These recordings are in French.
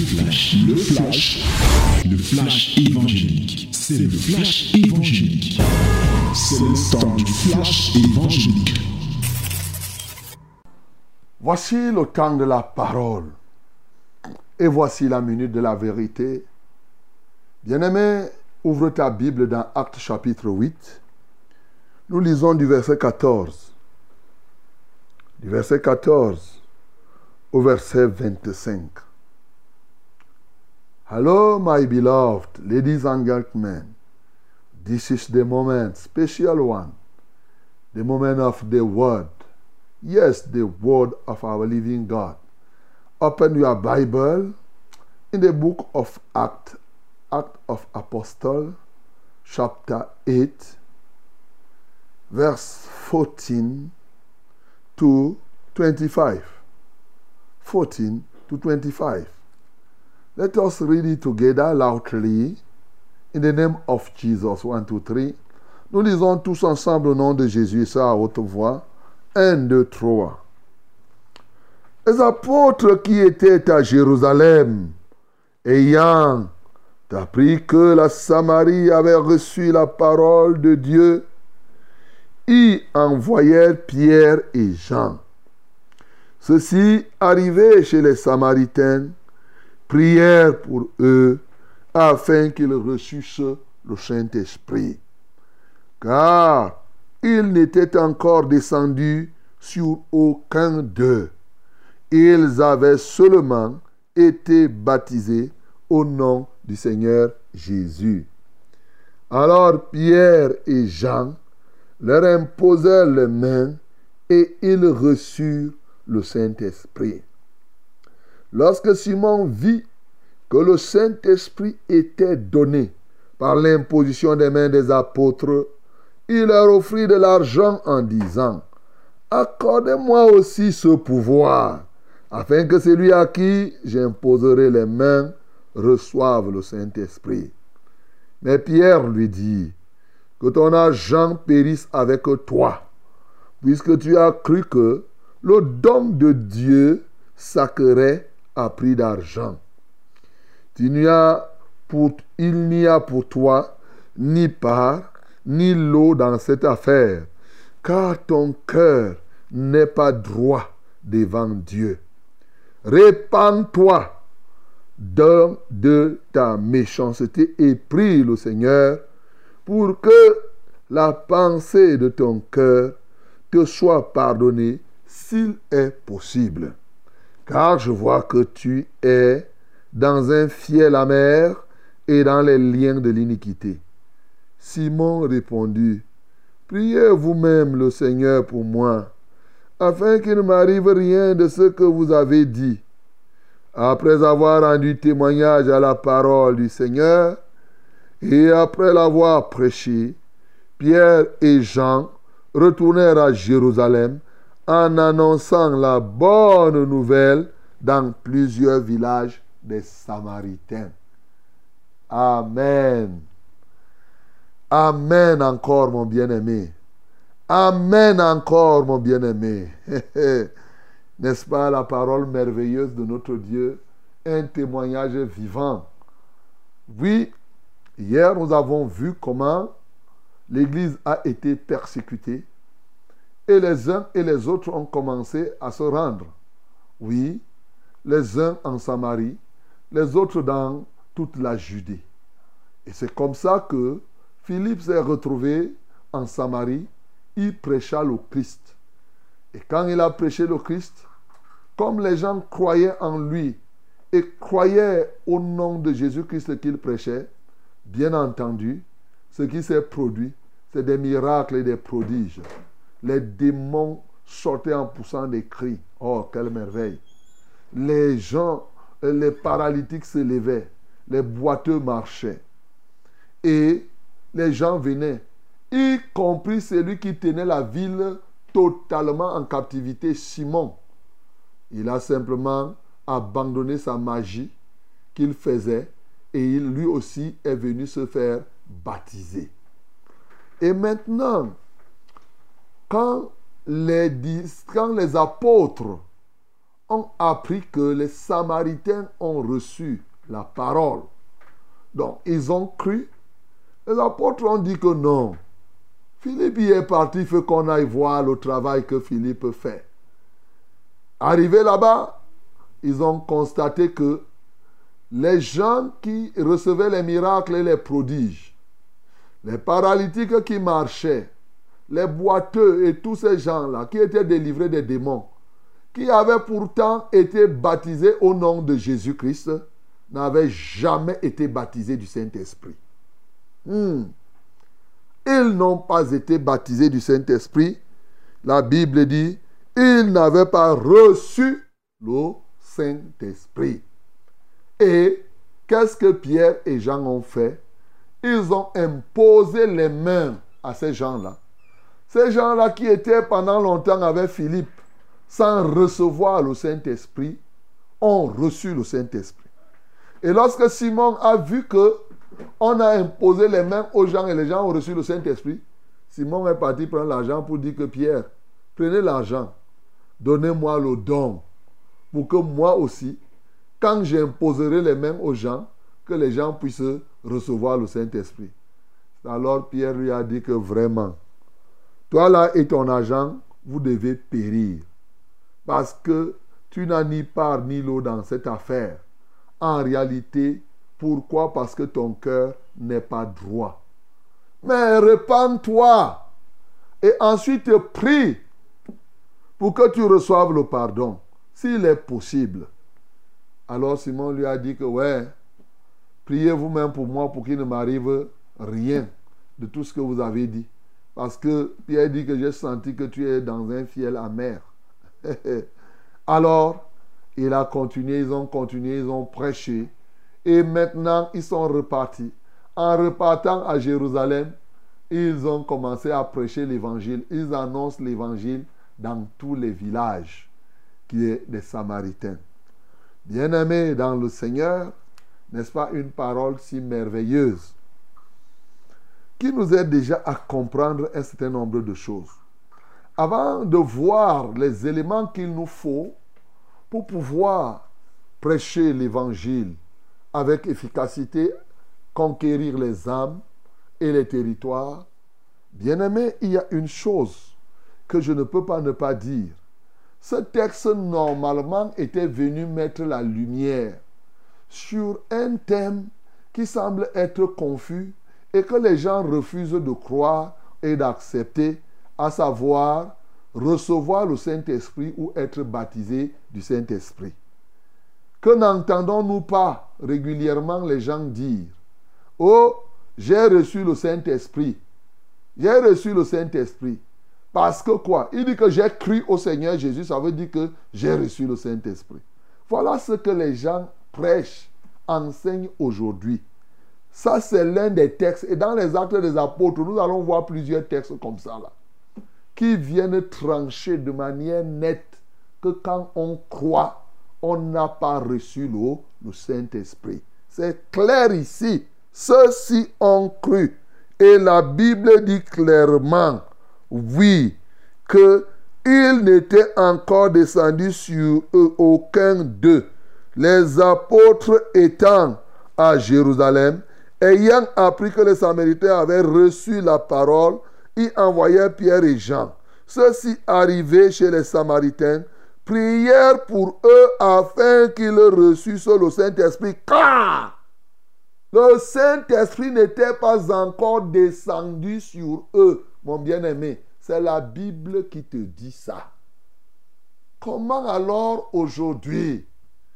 le flash évangélique. C'est le flash évangélique. C'est le temps du flash évangélique. Voici le temps de la parole. Et voici la minute de la vérité. Bien-aimé, ouvre ta Bible dans Actes chapitre 8. Nous lisons du verset 14. Du verset 14 au verset 25. Hello, my beloved ladies and gentlemen. This is the moment, special one. The moment of the word. Yes, the word of our living God. Open your Bible in the book of Acts, Act of Apostle, chapter 8, verse 14 to 25. 14 to 25. Let us read it together loudly in the name of Jesus. 1, 2, 3. Nous lisons tous ensemble au nom de Jésus, ça à haute voix. 1, 2, 3. Les apôtres qui étaient à Jérusalem, ayant appris que la Samarie avait reçu la parole de Dieu, y envoyèrent Pierre et Jean. Ceux-ci, arrivés chez les Samaritains, prièrent pour eux afin qu'ils reçussent le Saint-Esprit. Car ils n'étaient encore descendus sur aucun d'eux. Ils avaient seulement été baptisés au nom du Seigneur Jésus. Alors Pierre et Jean leur imposèrent les mains et ils reçurent le Saint-Esprit. Lorsque Simon vit que le Saint-Esprit était donné par l'imposition des mains des apôtres, il leur offrit de l'argent en disant: accordez-moi aussi ce pouvoir, afin que celui à qui j'imposerai les mains reçoive le Saint-Esprit. Mais Pierre lui dit: que ton argent périsse avec toi, puisque tu as cru que le don de Dieu sacrerait à prix d'argent. Il n'y a pour toi ni part, ni lot dans cette affaire, car ton cœur n'est pas droit devant Dieu. Répands-toi de ta méchanceté et prie le Seigneur pour que la pensée de ton cœur te soit pardonnée s'il est possible. Car je vois que tu es dans un fiel amer et dans les liens de l'iniquité. Simon répondit: priez vous-même le Seigneur pour moi, afin qu'il ne m'arrive rien de ce que vous avez dit. Après avoir rendu témoignage à la parole du Seigneur, et après l'avoir prêché, Pierre et Jean retournèrent à Jérusalem en annonçant la bonne nouvelle dans plusieurs villages des Samaritains. Amen. Amen encore, mon bien-aimé. Amen encore, mon bien-aimé. N'est-ce pas la parole merveilleuse de notre Dieu? Un témoignage vivant. Oui, hier nous avons vu comment l'Église a été persécutée et les uns et les autres ont commencé à se rendre. Oui, les uns en Samarie, les autres dans toute la Judée. Et c'est comme ça que Philippe s'est retrouvé en Samarie. Il prêcha le Christ. Et quand il a prêché le Christ, comme les gens croyaient en lui et croyaient au nom de Jésus-Christ qu'il prêchait, bien entendu, ce qui s'est produit, c'est des miracles et des prodiges. Les démons sortaient en poussant des cris. Oh, quelle merveille! Les gens, les paralytiques se levaient, les boiteux marchaient. Et les gens venaient, y compris celui qui tenait la ville totalement en captivité, Simon. Il a simplement abandonné sa magie qu'il faisait et lui aussi est venu se faire baptiser. Et maintenant, quand les apôtres ont appris que les Samaritains ont reçu la parole. Donc, ils ont cru. Les apôtres ont dit que non. Philippe y est parti, il faut qu'on aille voir le travail que Philippe fait. Arrivés là-bas, ils ont constaté que les gens qui recevaient les miracles et les prodiges, les paralytiques qui marchaient, les boiteux et tous ces gens-là qui étaient délivrés des démons, qui avaient pourtant été baptisés au nom de Jésus-Christ, n'avaient jamais été baptisés du Saint-Esprit. Ils n'ont pas été baptisés du Saint-Esprit. La Bible dit, ils n'avaient pas reçu le Saint-Esprit. Et qu'est-ce que Pierre et Jean ont fait? Ils ont imposé les mains à ces gens-là. Ces gens-là qui étaient pendant longtemps avec Philippe, sans recevoir le Saint-Esprit, ont reçu le Saint-Esprit. Et lorsque Simon a vu que on a imposé les mains aux gens et les gens ont reçu le Saint-Esprit, Simon est parti prendre l'argent pour dire que Pierre, prenez l'argent, donnez-moi le don, pour que moi aussi, quand j'imposerai les mains aux gens, que les gens puissent recevoir le Saint-Esprit. Alors Pierre lui a dit que vraiment, toi là et ton argent, vous devez périr. Parce que tu n'as ni part ni lot dans cette affaire. En réalité, pourquoi? Parce que ton cœur n'est pas droit. Mais repens-toi et ensuite prie pour que tu reçoives le pardon, s'il est possible. Alors Simon lui a dit que ouais, priez vous-même pour moi pour qu'il ne m'arrive rien de tout ce que vous avez dit. Parce que Pierre dit que j'ai senti que tu es dans un fiel amer. Alors, il a continué, ils ont prêché. Et maintenant, ils sont repartis. En repartant à Jérusalem, ils ont commencé à prêcher l'évangile. Ils annoncent l'évangile dans tous les villages qui est des Samaritains. Bien-aimés dans le Seigneur, n'est-ce pas une parole si merveilleuse qui nous aide déjà à comprendre un certain nombre de choses. Avant de voir les éléments qu'il nous faut pour pouvoir prêcher l'évangile avec efficacité, conquérir les âmes et les territoires, bien-aimés, il y a une chose que je ne peux pas ne pas dire. Ce texte, normalement, était venu mettre la lumière sur un thème qui semble être confus et que les gens refusent de croire et d'accepter, à savoir recevoir le Saint-Esprit ou être baptisé du Saint-Esprit. Que n'entendons-nous pas régulièrement les gens dire « Oh, j'ai reçu le Saint-Esprit. J'ai reçu le Saint-Esprit. » Parce que quoi? Il dit que j'ai cru au Seigneur Jésus, ça veut dire que j'ai reçu le Saint-Esprit. Voilà ce que les gens prêchent, enseignent aujourd'hui. Ça, c'est l'un des textes. Et dans les Actes des Apôtres, nous allons voir plusieurs textes comme ça, là, qui viennent trancher de manière nette que quand on croit, on n'a pas reçu le Saint-Esprit. C'est clair ici. Ceux-ci ont cru. Et la Bible dit clairement, oui, qu'il n'était encore descendu sur eux aucun d'eux. Les apôtres étant à Jérusalem, ayant appris que les Samaritains avaient reçu la parole, ils envoyèrent Pierre et Jean. Ceux-ci arrivés chez les Samaritains, prièrent pour eux afin qu'ils reçussent le Saint-Esprit. Car le Saint-Esprit n'était pas encore descendu sur eux. Mon bien-aimé, c'est la Bible qui te dit ça. Comment alors aujourd'hui,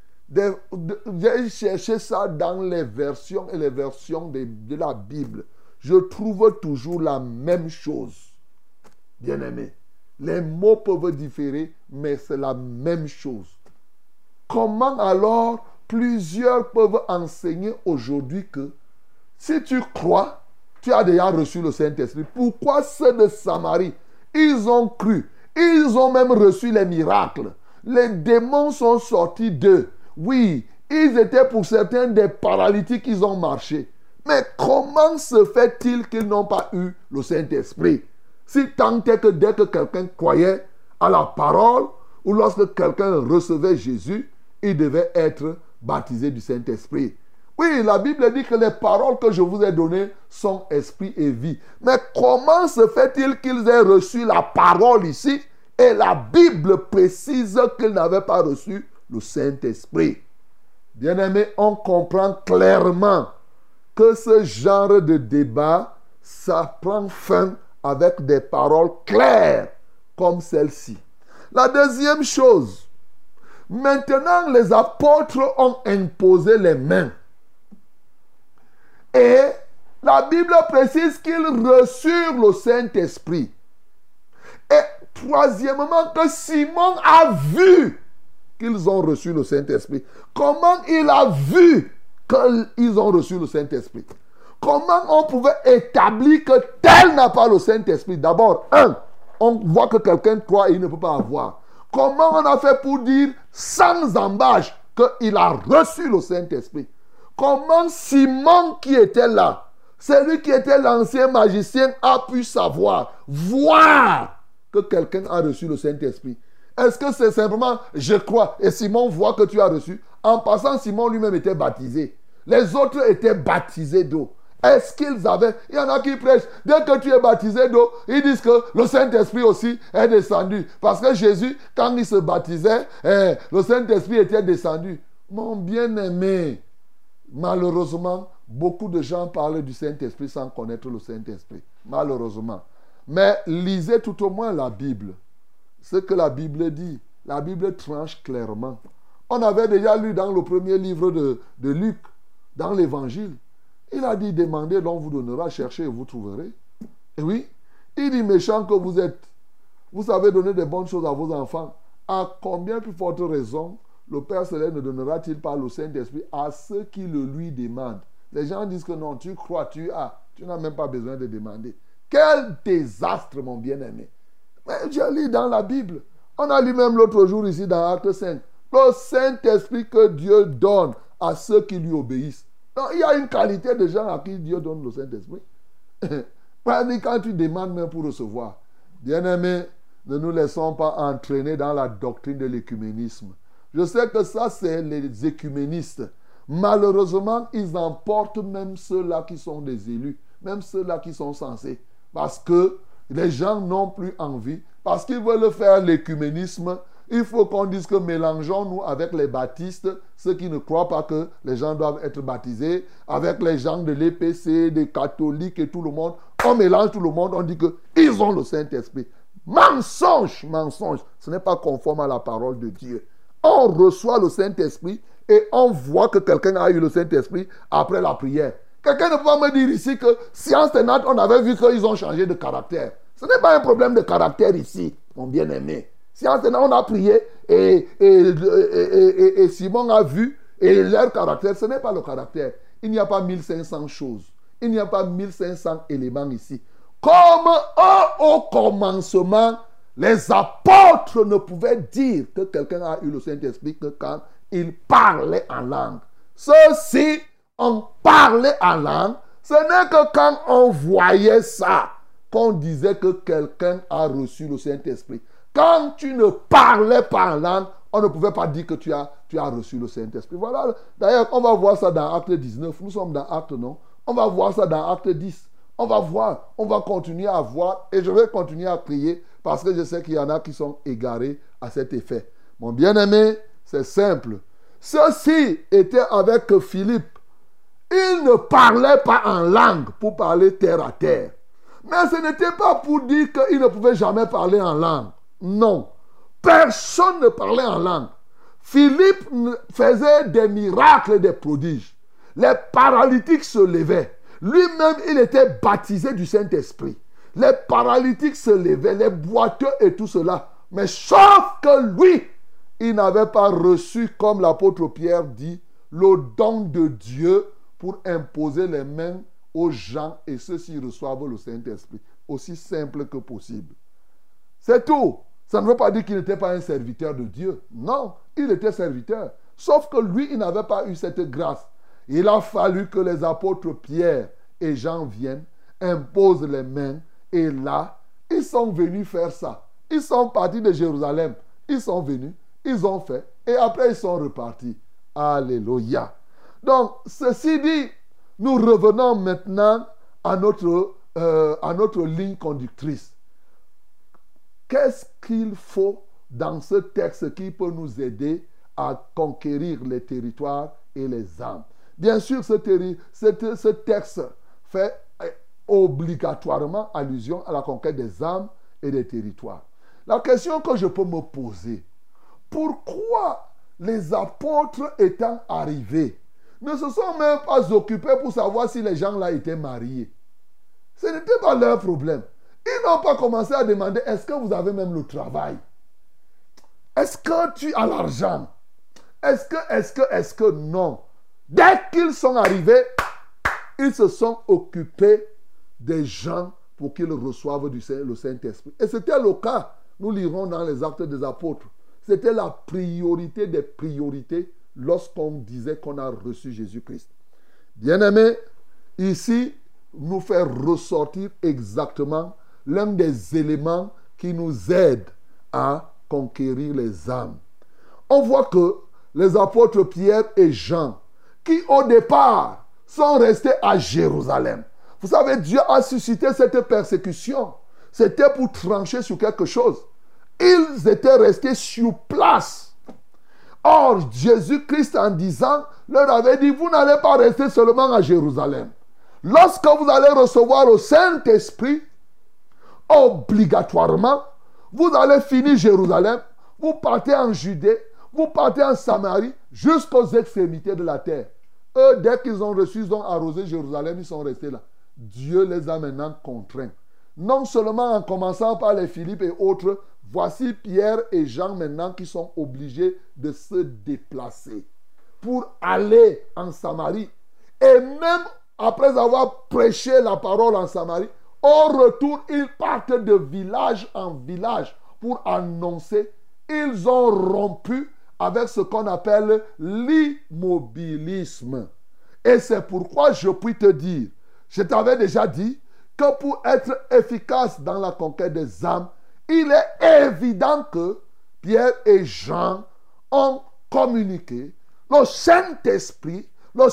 j'ai cherché ça dans les versions et les versions de la Bible. Je trouve toujours la même chose. Bien-aimé, les mots peuvent différer, mais c'est la même chose. Comment alors plusieurs peuvent enseigner aujourd'hui que si tu crois, tu as déjà reçu le Saint-Esprit. Pourquoi ceux de Samarie, ils ont cru, ils ont même reçu les miracles. Les démons sont sortis d'eux. Oui, ils étaient pour certains des paralytiques, ils ont marché. Mais comment se fait-il qu'ils n'ont pas eu le Saint-Esprit? Si tant est que dès que quelqu'un croyait à la parole, ou lorsque quelqu'un recevait Jésus, il devait être baptisé du Saint-Esprit. Oui, la Bible dit que les paroles que je vous ai données sont esprit et vie. Mais comment se fait-il qu'ils aient reçu la parole ici et la Bible précise qu'ils n'avaient pas reçu le Saint-Esprit? Bien-aimés, on comprend clairement que ce genre de débat, ça prend fin avec des paroles claires comme celle-ci. La deuxième chose, maintenant les apôtres ont imposé les mains. Et la Bible précise qu'ils reçurent le Saint-Esprit. Et troisièmement, que Simon a vu qu'ils ont reçu le Saint-Esprit. Comment il a vu qu'ils ont reçu le Saint-Esprit? Comment on pouvait établir que tel n'a pas le Saint-Esprit? D'abord, on voit que quelqu'un croit et il ne peut pas avoir. Comment on a fait pour dire sans embâche qu'il a reçu le Saint-Esprit? Comment Simon qui était là, celui qui était l'ancien magicien, a pu savoir, voir que quelqu'un a reçu le Saint-Esprit? Est-ce que c'est simplement je crois et Simon voit que tu as reçu? En passant, Simon lui-même était baptisé. Les autres étaient baptisés d'eau. Est-ce qu'ils avaient... Il y en a qui prêchent. Dès que tu es baptisé d'eau, ils disent que le Saint-Esprit aussi est descendu. Parce que Jésus, quand il se baptisait, le Saint-Esprit était descendu. Mon bien-aimé, malheureusement, beaucoup de gens parlent du Saint-Esprit sans connaître le Saint-Esprit. Malheureusement. Mais lisez tout au moins la Bible. Ce que la Bible dit. La Bible tranche clairement. On avait déjà lu dans le premier livre de Luc, dans l'Évangile. Il a dit, demandez, l'on vous donnera, cherchez et vous trouverez. Et oui, il dit, méchant que vous êtes, vous savez donner des bonnes choses à vos enfants. À combien plus forte raison le Père Céleste ne donnera-t-il pas le Saint-Esprit à ceux qui le lui demandent? Les gens disent que non, tu crois, tu as. Tu n'as même pas besoin de demander. Quel désastre, mon bien-aimé. Mais je lis dans la Bible. On a lu même l'autre jour ici dans Acte 5. Le Saint-Esprit que Dieu donne à ceux qui lui obéissent. Donc, il y a une qualité de gens à qui Dieu donne le Saint-Esprit. Quand tu demandes même pour recevoir. Bien-aimés, ne nous laissons pas entraîner dans la doctrine de l'écuménisme. Je sais que ça, c'est les écuménistes. Malheureusement, ils emportent même ceux-là qui sont des élus, même ceux-là qui sont censés. Parce que les gens n'ont plus envie. Parce qu'ils veulent faire l'écuménisme. Il faut qu'on dise que mélangeons-nous avec les baptistes, ceux qui ne croient pas que les gens doivent être baptisés, avec les gens de l'EPC, des catholiques et tout le monde. On mélange tout le monde, on dit qu'ils ont le Saint-Esprit. Mensonge, mensonge. Ce n'est pas conforme à la parole de Dieu. On reçoit le Saint-Esprit et on voit que quelqu'un a eu le Saint-Esprit après la prière. Quelqu'un ne peut pas me dire ici que Science Tenat, on avait vu qu'ils ont changé de caractère. Ce n'est pas un problème de caractère ici, mon bien-aimé. Science Tenat, on a prié et Simon a vu et leur caractère, ce n'est pas le caractère. Il n'y a pas 1500 choses. Il n'y a pas 1500 éléments ici. Comme au commencement, les apôtres ne pouvaient dire que quelqu'un a eu le Saint-Esprit que quand il parlait en langue. Ceux-ci, on parlait en langue. Ce n'est que quand on voyait ça qu'on disait que quelqu'un a reçu le Saint-Esprit. Quand tu ne parlais pas en langue, on ne pouvait pas dire que tu as reçu le Saint-Esprit. Voilà. D'ailleurs, on va voir ça dans Acte 19. Nous sommes dans Acte, non? On va voir ça dans Acte 10. On va voir, on va continuer à voir et je vais continuer à prier parce que je sais qu'il y en a qui sont égarés à cet effet. Mon bien-aimé, c'est simple. Ceux-ci étaient avec Philippe. Ils ne parlaient pas en langue pour parler terre à terre. Mais ce n'était pas pour dire qu'ils ne pouvaient jamais parler en langue. Non. Personne ne parlait en langue. Philippe faisait des miracles et des prodiges. Les paralytiques se levaient. Lui-même, il était baptisé du Saint-Esprit. Les paralytiques se levaient, les boiteux et tout cela. Mais sauf que lui, il n'avait pas reçu, comme l'apôtre Pierre dit, le don de Dieu pour imposer les mains aux gens et ceux-ci reçoivent le Saint-Esprit. Aussi simple que possible. C'est tout. Ça ne veut pas dire qu'il n'était pas un serviteur de Dieu. Non, il était serviteur. Sauf que lui, il n'avait pas eu cette grâce. Il a fallu que les apôtres Pierre et Jean viennent, imposent les mains, et là, ils sont venus faire ça. Ils sont partis de Jérusalem. Ils sont venus, ils ont fait, et après ils sont repartis. Alléluia. Donc, ceci dit, nous revenons maintenant à notre ligne conductrice. Qu'est-ce qu'il faut dans ce texte qui peut nous aider à conquérir les territoires et les âmes? Bien sûr, ce texte fait obligatoirement allusion à la conquête des âmes et des territoires. La question que je peux me poser, pourquoi les apôtres étant arrivés ne se sont même pas occupés pour savoir si les gens là étaient mariés? Ce n'était pas leur problème. Ils n'ont pas commencé à demander, est-ce que vous avez même le travail? Est-ce que tu as l'argent? Est-ce que non? Dès qu'ils sont arrivés, ils se sont occupés des gens pour qu'ils reçoivent le Saint-Esprit. Et c'était le cas, nous lirons dans les Actes des Apôtres. C'était la priorité des priorités lorsqu'on disait qu'on a reçu Jésus-Christ. Bien-aimés, ici, nous fait ressortir exactement l'un des éléments qui nous aide à conquérir les âmes. On voit que les apôtres Pierre et Jean, qui au départ sont restés à Jérusalem. Vous savez, Dieu a suscité cette persécution. C'était pour trancher sur quelque chose. Ils étaient restés sur place. Or, Jésus-Christ, en disant, leur avait dit, vous n'allez pas rester seulement à Jérusalem. Lorsque vous allez recevoir le Saint-Esprit, obligatoirement, vous allez finir Jérusalem, vous partez en Judée, vous partez en Samarie, jusqu'aux extrémités de la terre. Eux, dès qu'ils ont reçu, ils ont arrosé Jérusalem, ils sont restés là. Dieu les a maintenant contraints. Non seulement en commençant par les Philippe et autres, voici Pierre et Jean maintenant qui sont obligés de se déplacer pour aller en Samarie. Et même après avoir prêché la parole en Samarie, au retour, ils partent de village en village pour annoncer. Ils ont rompu avec ce qu'on appelle l'immobilisme. Et c'est pourquoi je puis te dire, je t'avais déjà dit que pour être efficace dans la conquête des âmes, il est évident que Pierre et Jean ont communiqué le Saint-Esprit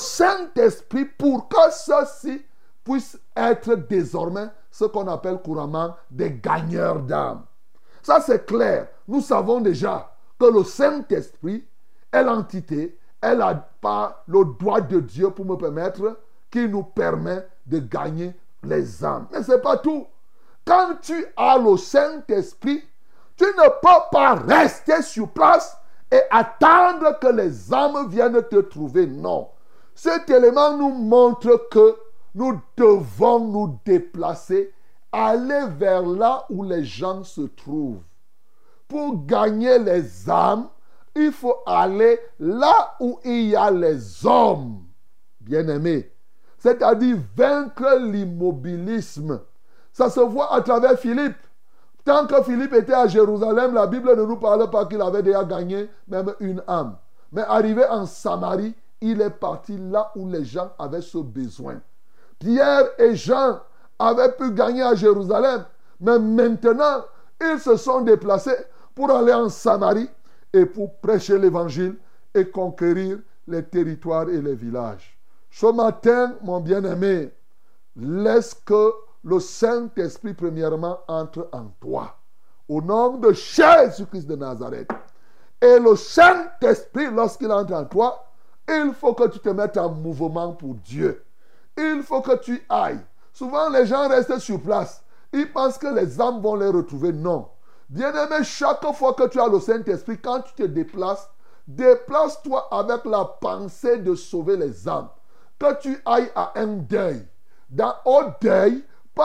pour que ceux-ci puissent être désormais ce qu'on appelle couramment des gagneurs d'âmes. Ça c'est clair. Nous savons déjà que le Saint-Esprit est l'entité, elle n'a pas le droit de Dieu pour me permettre, qui nous permet de gagner les âmes. Mais ce n'est pas tout. Quand tu as le Saint-Esprit, tu ne peux pas rester sur place et attendre que les âmes viennent te trouver. Non. Cet élément nous montre que nous devons nous déplacer, aller vers là où les gens se trouvent. Pour gagner les âmes, il faut aller là où il y a les hommes, bien-aimés. C'est-à-dire vaincre l'immobilisme. Ça se voit à travers Philippe. Tant que Philippe était à Jérusalem, la Bible ne nous parle pas qu'il avait déjà gagné même une âme. Mais arrivé en Samarie, il est parti là où les gens avaient ce besoin. Pierre et Jean avaient pu gagner à Jérusalem, mais maintenant, ils se sont déplacés pour aller en Samarie et pour prêcher l'évangile et conquérir les territoires et les villages. Ce matin, mon bien-aimé, laisse que le Saint-Esprit premièrement entre en toi. Au nom de Jésus-Christ de Nazareth. Et le Saint-Esprit, lorsqu'il entre en toi, il faut que tu te mettes en mouvement pour Dieu. Il faut que tu ailles. Souvent, les gens restent sur place. Ils pensent que les âmes vont les retrouver. Non. Bien-aimé, chaque fois que tu as le Saint-Esprit, quand tu te déplaces, déplace-toi avec la pensée de sauver les âmes. Que tu ailles à un deuil. Au deuil,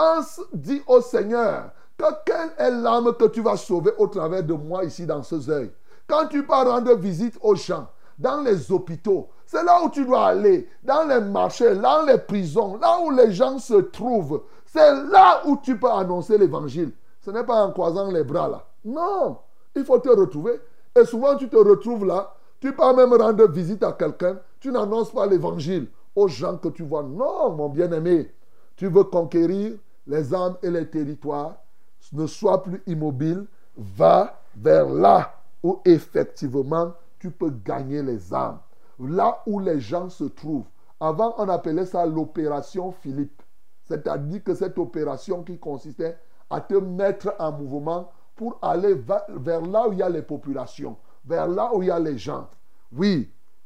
dis au Seigneur, quelle est l'âme que tu vas sauver au travers de moi ici dans ce deuil. Quand tu pars rendre visite aux gens, dans les hôpitaux, c'est là où tu dois aller, dans les marchés, dans les prisons, là où les gens se trouvent. C'est là où tu peux annoncer l'évangile. Ce n'est pas en croisant les bras là. Non, il faut te retrouver. Et souvent tu te retrouves là, tu peux même rendre visite à quelqu'un, tu n'annonces pas l'évangile aux gens que tu vois. Non, mon bien-aimé, tu veux conquérir les âmes et les territoires, ne sois plus immobile, va vers là où effectivement tu peux gagner les âmes. Là où les gens se trouvent. Avant, on appelait ça l'opération Philippe. C'est-à-dire que cette opération qui consistait à te mettre en mouvement pour aller vers là où il y a les populations, vers là où il y a les gens. Oui,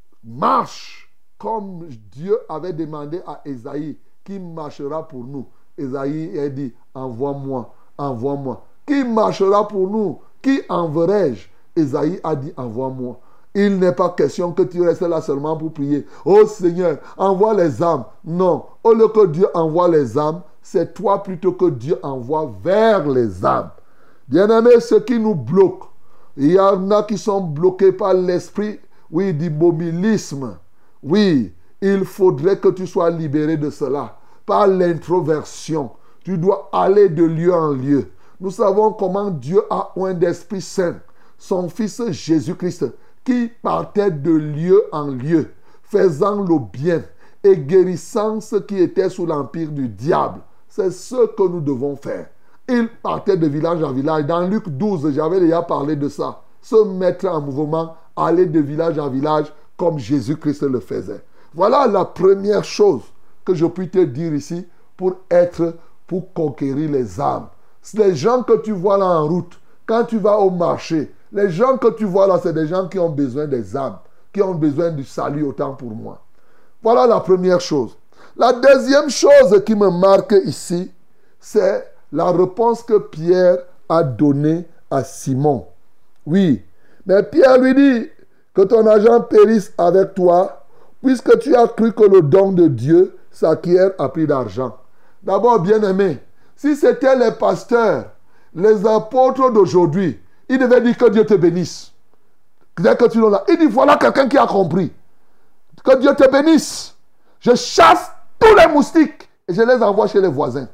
marche comme Dieu avait demandé à Ésaïe, qui marchera pour nous. Ésaïe a dit, envoie-moi, envoie-moi. Qui marchera pour nous? Qui enverrai-je? Ésaïe a dit, envoie-moi. Il n'est pas question que tu restes là seulement pour prier. Oh Seigneur, envoie les âmes. Non, au lieu que Dieu envoie les âmes, c'est toi plutôt que Dieu envoie vers les âmes. Bien-aimés, ce qui nous bloque, il y en a qui sont bloqués par l'esprit, oui, d'immobilisme. Oui, il faudrait que tu sois libéré de cela. Par l'introversion, tu dois aller de lieu en lieu. Nous savons comment Dieu a oint d'Esprit Saint, son Fils Jésus-Christ, qui partait de lieu en lieu, faisant le bien et guérissant ceux qui étaient sous l'empire du diable. C'est ce que nous devons faire. Il partait de village en village. Dans Luc 12, j'avais déjà parlé de ça. Se mettre en mouvement, aller de village en village, comme Jésus-Christ le faisait. Voilà la première chose que je puis te dire ici pour conquérir les âmes. Les gens que tu vois là en route, quand tu vas au marché, les gens que tu vois là, c'est des gens qui ont besoin des âmes, qui ont besoin du salut autant pour moi. Voilà la première chose. La deuxième chose qui me marque ici, c'est la réponse que Pierre a donnée à Simon. Oui, mais Pierre lui dit que ton argent périsse avec toi, puisque tu as cru que le don de Dieu s'acquiert à prix d'argent. D'abord, bien-aimé, si c'était les pasteurs, les apôtres d'aujourd'hui, ils devaient dire que Dieu te bénisse. Dès que tu l'as là, il dit voilà quelqu'un qui a compris. Que Dieu te bénisse. Je chasse tous les moustiques et je les envoie chez les voisins.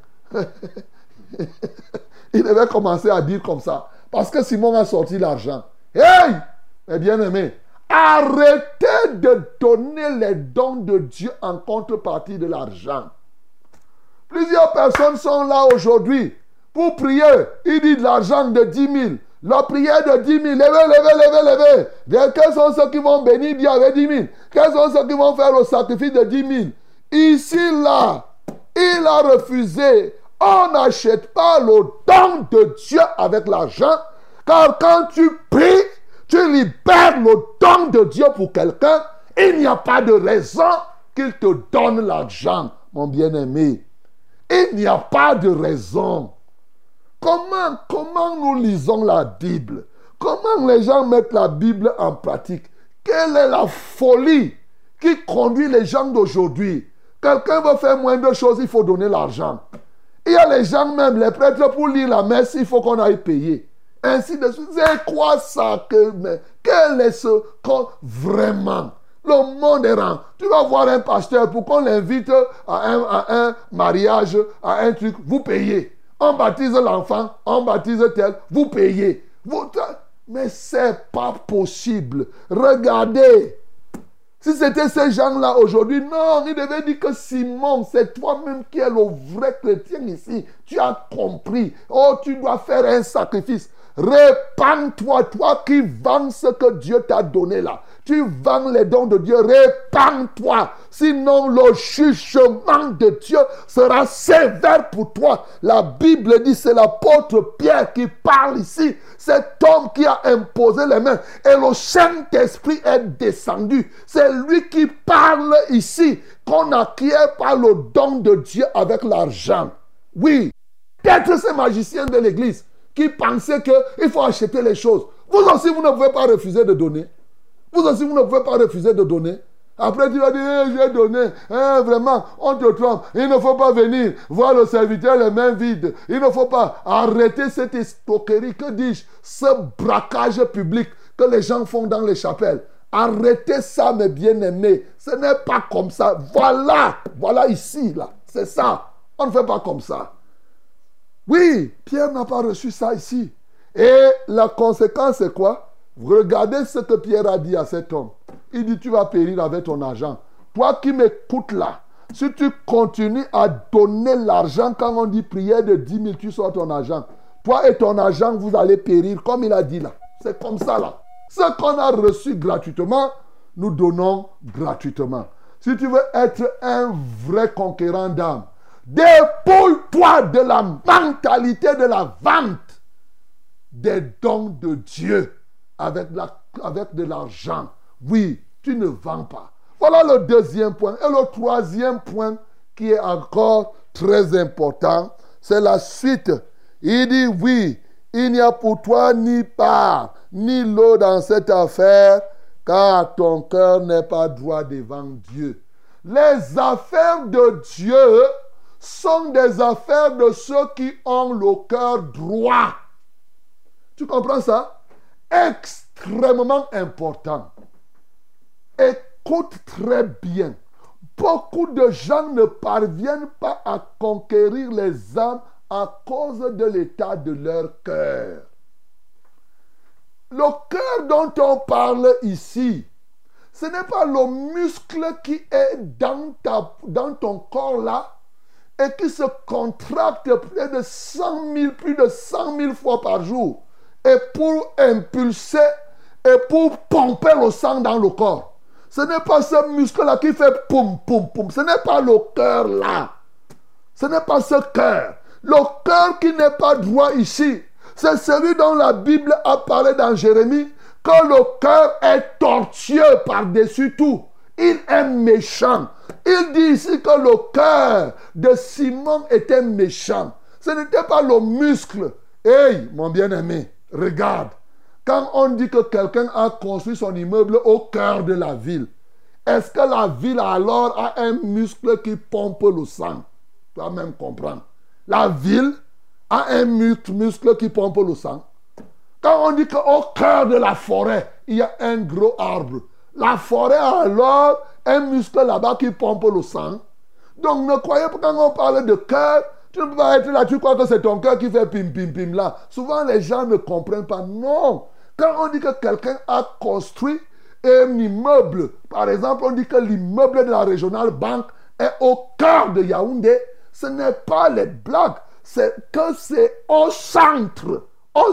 Il devait commencer à dire comme ça. Parce que Simon a sorti l'argent. Hey! Mes bien-aimés, arrêtez de donner les dons de Dieu en contrepartie de l'argent. Plusieurs personnes sont là aujourd'hui pour prier. Ils disent l'argent de 10 000. La prière de 10 000. Levez. Quels sont ceux qui vont bénir Dieu avec 10 000? Quels sont ceux qui vont faire le sacrifice de 10 000? Ici, là, il a refusé. On n'achète pas le don de Dieu avec l'argent. Car quand tu pries, tu libères le don de Dieu pour quelqu'un. Il n'y a pas de raison qu'il te donne l'argent, mon bien-aimé. Il n'y a pas de raison. Comment nous lisons la Bible? Comment les gens mettent la Bible en pratique? Quelle est la folie qui conduit les gens d'aujourd'hui? Quelqu'un veut faire moins de choses, il faut donner l'argent. Il y a les gens même, les prêtres, pour lire la messe, il faut qu'on aille payer. Ainsi de suite. C'est quoi ça? Quel est ce vraiment? Le monde est rang. Tu vas voir un pasteur pour qu'on l'invite à un mariage, à un truc, vous payez. On baptise l'enfant, on baptise tel, vous payez. Mais c'est pas possible. Regardez. Si c'était ces gens-là aujourd'hui, non, il devait dire que Simon, c'est toi-même qui es le vrai chrétien ici. Tu as compris. Oh, tu dois faire un sacrifice. Répands-toi, toi qui vends ce que Dieu t'a donné là. Tu vends les dons de Dieu, répands-toi. Sinon, le jugement de Dieu sera sévère pour toi. La Bible dit, c'est l'apôtre Pierre qui parle ici. Cet homme qui a imposé les mains. Et le Saint-Esprit est descendu. C'est lui qui parle ici. Qu'on acquiert par le don de Dieu avec l'argent. Oui, peut-être ces magiciens de l'église qui pensaient qu'il faut acheter les choses. Vous aussi, vous ne pouvez pas refuser de donner. Vous aussi, vous ne pouvez pas refuser de donner. Après, tu vas dire, j'ai donné. Vraiment, on te trompe. Il ne faut pas venir voir le serviteur les mains vides. Il ne faut pas arrêter cette escroquerie, que dis-je, ce braquage public que les gens font dans les chapelles. Arrêtez ça, mes bien-aimés. Ce n'est pas comme ça. Voilà ici, là. C'est ça. On ne fait pas comme ça. Oui, Pierre n'a pas reçu ça ici. Et la conséquence, c'est quoi? Regardez ce que Pierre a dit à cet homme. Il dit, tu vas périr avec ton argent. Toi qui m'écoutes là, si tu continues à donner l'argent, quand on dit prière de 10 000, tu sors ton argent. Toi et ton argent, vous allez périr, comme il a dit là. C'est comme ça là. Ce qu'on a reçu gratuitement, nous donnons gratuitement. Si tu veux être un vrai conquérant d'âme, dépouille-toi de la mentalité de la vente des dons de Dieu avec de l'argent. Oui, tu ne vends pas. Voilà le deuxième point. Et le troisième point qui est encore très important, c'est la suite. Il dit oui, il n'y a pour toi ni part, ni lot dans cette affaire, car ton cœur n'est pas droit devant Dieu. Les affaires de Dieu sont des affaires de ceux qui ont le cœur droit. Tu comprends ça? Extrêmement important. Écoute très bien. Beaucoup de gens ne parviennent pas à conquérir les âmes à cause de l'état de leur cœur. Le cœur dont on parle ici, ce n'est pas le muscle qui est dans ton corps là et qui se contracte plus de 100 000 fois par jour et pour impulser et pour pomper le sang dans le corps. Ce n'est pas ce muscle-là qui fait poum, poum, poum. Ce n'est pas le cœur là. Ce n'est pas ce cœur. Le cœur qui n'est pas droit ici, c'est celui dont la Bible a parlé dans Jérémie, que le cœur est tortueux par-dessus tout. Il est méchant. Il dit ici que le cœur de Simon était méchant. Ce n'était pas le muscle. Hey, mon bien-aimé, regarde. Quand on dit que quelqu'un a construit son immeuble au cœur de la ville, est-ce que la ville alors a un muscle qui pompe le sang? Tu vas même comprendre. La ville a un muscle qui pompe le sang. Quand on dit qu'au cœur de la forêt, il y a un gros arbre, la forêt a alors un muscle là-bas qui pompe le sang. Donc ne croyez pas quand on parle de cœur, tu ne peux pas être là, tu crois que c'est ton cœur qui fait pim pim pim là. Souvent les gens ne comprennent pas. Non. Quand on dit que quelqu'un a construit un immeuble, par exemple, on dit que l'immeuble de la régionale banque est au cœur de Yaoundé, ce n'est pas les blagues, c'est que c'est au centre,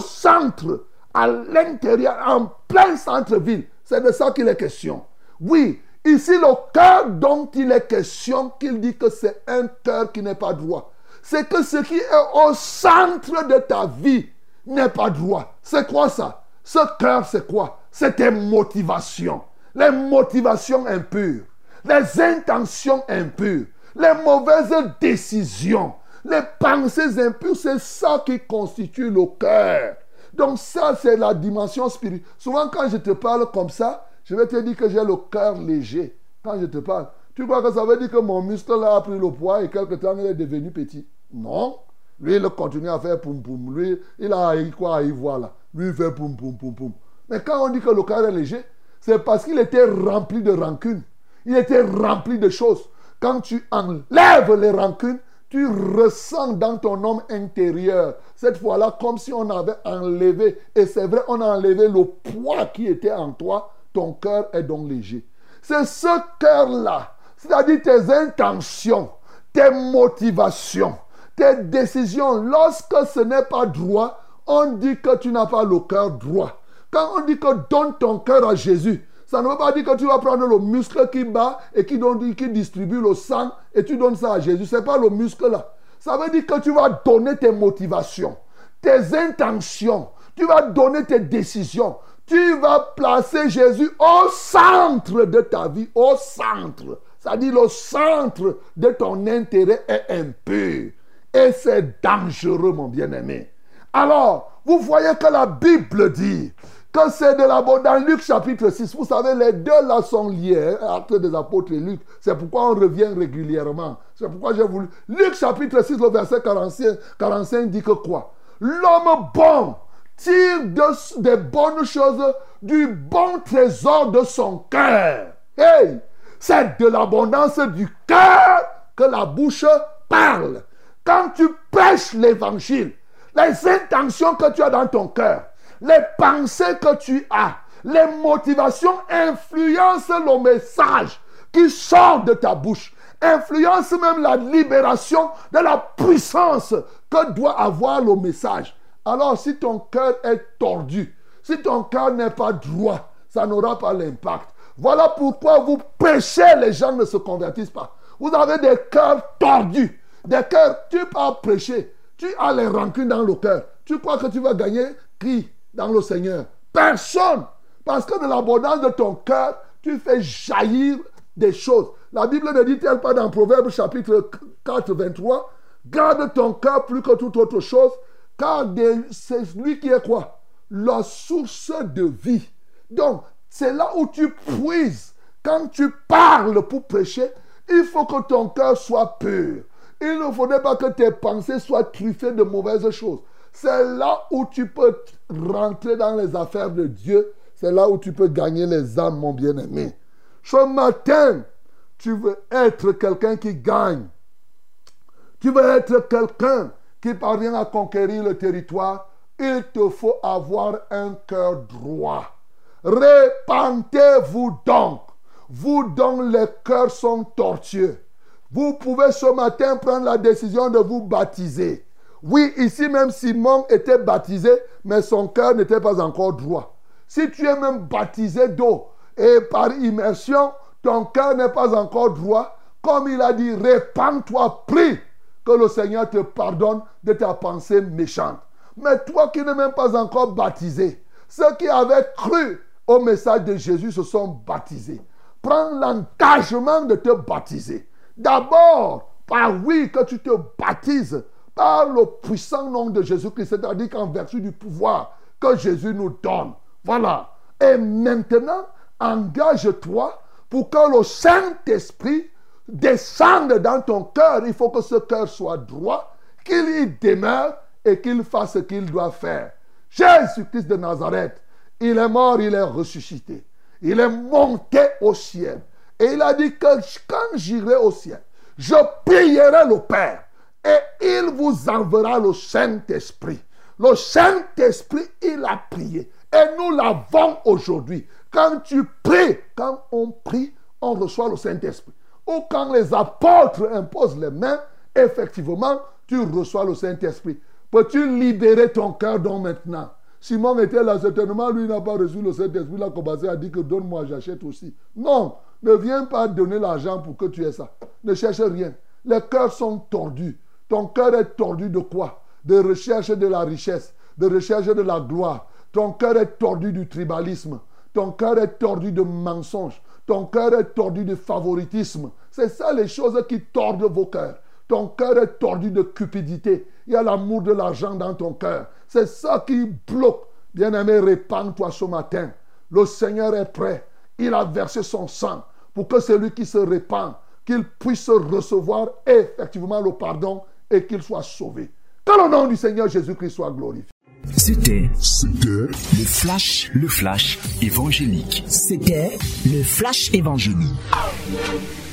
à l'intérieur, en plein centre-ville. C'est de ça qu'il est question. Oui, ici le cœur dont il est question, qu'il dit que c'est un cœur qui n'est pas droit. C'est que ce qui est au centre de ta vie n'est pas droit. C'est quoi ça? Ce cœur, c'est quoi? C'est tes motivations. Les motivations impures. Les intentions impures. Les mauvaises décisions. Les pensées impures, c'est ça qui constitue le cœur. Donc ça, c'est la dimension spirituelle. Souvent, quand je te parle comme ça, je vais te dire que j'ai le cœur léger. Quand je te parle, tu crois que ça veut dire que mon muscle là a pris le poids et quelque temps, il est devenu petit? Non. Lui, il continue à faire poum poum. Lui, il a quoi à y voir là. Lui, il fait poum poum poum poum. Mais quand on dit que le cœur est léger, c'est parce qu'il était rempli de rancune. Il était rempli de choses. Quand tu enlèves les rancunes, tu ressens dans ton homme intérieur, cette fois-là, comme si on avait enlevé, et c'est vrai, on a enlevé le poids qui était en toi, ton cœur est donc léger. C'est ce cœur-là, c'est-à-dire tes intentions, tes motivations, tes décisions, lorsque ce n'est pas droit, on dit que tu n'as pas le cœur droit. Quand on dit que donne ton cœur à Jésus, ça ne veut pas dire que tu vas prendre le muscle qui bat et qui distribue le sang et tu donnes ça à Jésus. Ce n'est pas le muscle là. Ça veut dire que tu vas donner tes motivations, tes intentions, tu vas donner tes décisions. Tu vas placer Jésus au centre de ta vie, au centre. C'est-à-dire le centre de ton intérêt est impur. Et c'est dangereux, mon bien-aimé. Alors, vous voyez que la Bible dit que c'est de l'abondance. Dans Luc chapitre 6, vous savez, les deux là sont liés, Actes des apôtres et Luc. C'est pourquoi on revient régulièrement. C'est pourquoi j'ai voulu. Luc chapitre 6, le verset 45 dit que quoi? L'homme bon tire des bonnes choses du bon trésor de son cœur. Hey, c'est de l'abondance du cœur que la bouche parle. Quand tu prêches l'évangile, les intentions que tu as dans ton cœur, les pensées que tu as, les motivations influencent le message qui sort de ta bouche, influencent même la libération de la puissance que doit avoir le message. Alors si ton cœur est tordu, Si ton cœur n'est pas droit, ça n'aura pas l'impact. Voilà pourquoi vous péchez, les gens ne se convertissent pas. Vous avez des cœurs tordus. Des cœurs, tu peux prêcher. Tu as les rancunes dans le cœur. Tu crois que tu vas gagner qui dans le Seigneur? Personne. Parce que de l'abondance de ton cœur, tu fais jaillir des choses. La Bible ne dit-elle pas dans Proverbes chapitre 4, 23, garde ton cœur plus que toute autre chose, car c'est lui qui est quoi? La source de vie. Donc, c'est là où tu puises. Quand tu parles pour prêcher, il faut que ton cœur soit pur. Il ne faudrait pas que tes pensées soient truffées de mauvaises choses. C'est là où tu peux rentrer dans les affaires de Dieu. C'est là où tu peux gagner les âmes, mon bien-aimé. Ce matin, tu veux être quelqu'un qui gagne. Tu veux être quelqu'un qui parvient à conquérir le territoire. Il te faut avoir un cœur droit. Répentez-vous donc. Vous dont les cœurs sont tortueux. Vous pouvez ce matin prendre la décision de vous baptiser. Oui, ici même Simon était baptisé, mais son cœur n'était pas encore droit. Si tu es même baptisé d'eau et par immersion, ton cœur n'est pas encore droit, comme il a dit, répands-toi, prie que le Seigneur te pardonne de ta pensée méchante. Mais toi qui n'es même pas encore baptisé, ceux qui avaient cru au message de Jésus se sont baptisés. Prends l'engagement de te baptiser. D'abord, par oui, que tu te baptises par le puissant nom de Jésus-Christ, c'est-à-dire qu'en vertu du pouvoir que Jésus nous donne. Voilà. Et maintenant, engage-toi pour que le Saint-Esprit descende dans ton cœur. Il faut que ce cœur soit droit, qu'il y demeure et qu'il fasse ce qu'il doit faire. Jésus-Christ de Nazareth, il est mort, il est ressuscité. Il est monté au ciel. Et il a dit que quand j'irai au ciel, je prierai le Père et il vous enverra le Saint-Esprit. Le Saint-Esprit, il a prié. Et nous l'avons aujourd'hui. Quand tu pries, quand on prie, on reçoit le Saint-Esprit. Ou quand les apôtres imposent les mains, effectivement, tu reçois le Saint-Esprit. Peux-tu libérer ton cœur donc maintenant? Simon était là, certainement, lui n'a pas reçu le Saint-Esprit. Il a commencé à dire que donne-moi, j'achète aussi. Non, ne viens pas donner l'argent pour que tu aies ça. Ne cherche rien. Les cœurs sont tordus. Ton cœur est tordu de quoi? De recherche de la richesse, de recherche de la gloire. Ton cœur est tordu du tribalisme. Ton cœur est tordu de mensonges. Ton cœur est tordu de favoritisme. C'est ça les choses qui tordent vos cœurs. Ton cœur est tordu de cupidité. Il y a l'amour de l'argent dans ton cœur. C'est ça qui bloque. Bien-aimé, répands-toi ce matin. Le Seigneur est prêt. Il a versé son sang pour que celui qui se répand, qu'il puisse recevoir effectivement le pardon et qu'il soit sauvé. Que le nom du Seigneur Jésus-Christ soit glorifié. C'était le flash évangélique. C'était le flash évangélique.